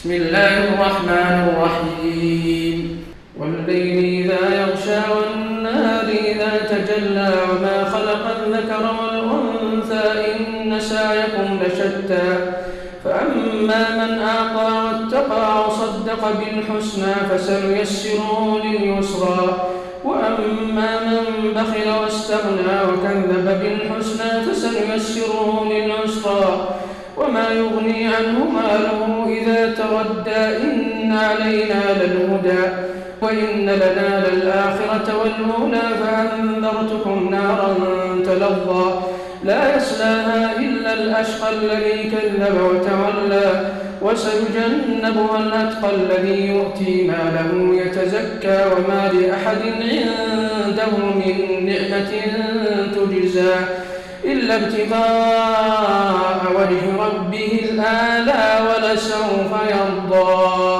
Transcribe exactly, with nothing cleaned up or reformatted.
بسم الله الرحمن الرحيم والليل إذا يغشى والنهار إذا تجلى وما خلق الذكر والأنثى إن سعيكم لشتى فأما من أعطى واتقى وصدق بالحسنى فسنيسره لليسرى وأما من بخل واستغنى وكذب بالحسنى فسنيسره للعسرى وما يغني عنه ماله إذا تردى إن علينا للهدى وإن لنا للآخرة والأولى فأنذرتكم نارا تلظى لا يصلاها إلا الأشقى الذي كذب وتولى وسيجنبها الأتقى الذي يؤتي ماله يتزكى وما لأحد عنده من نعمة تجزى إلا ابتغاء وجه ربه الأعلى ولسوف يرضى.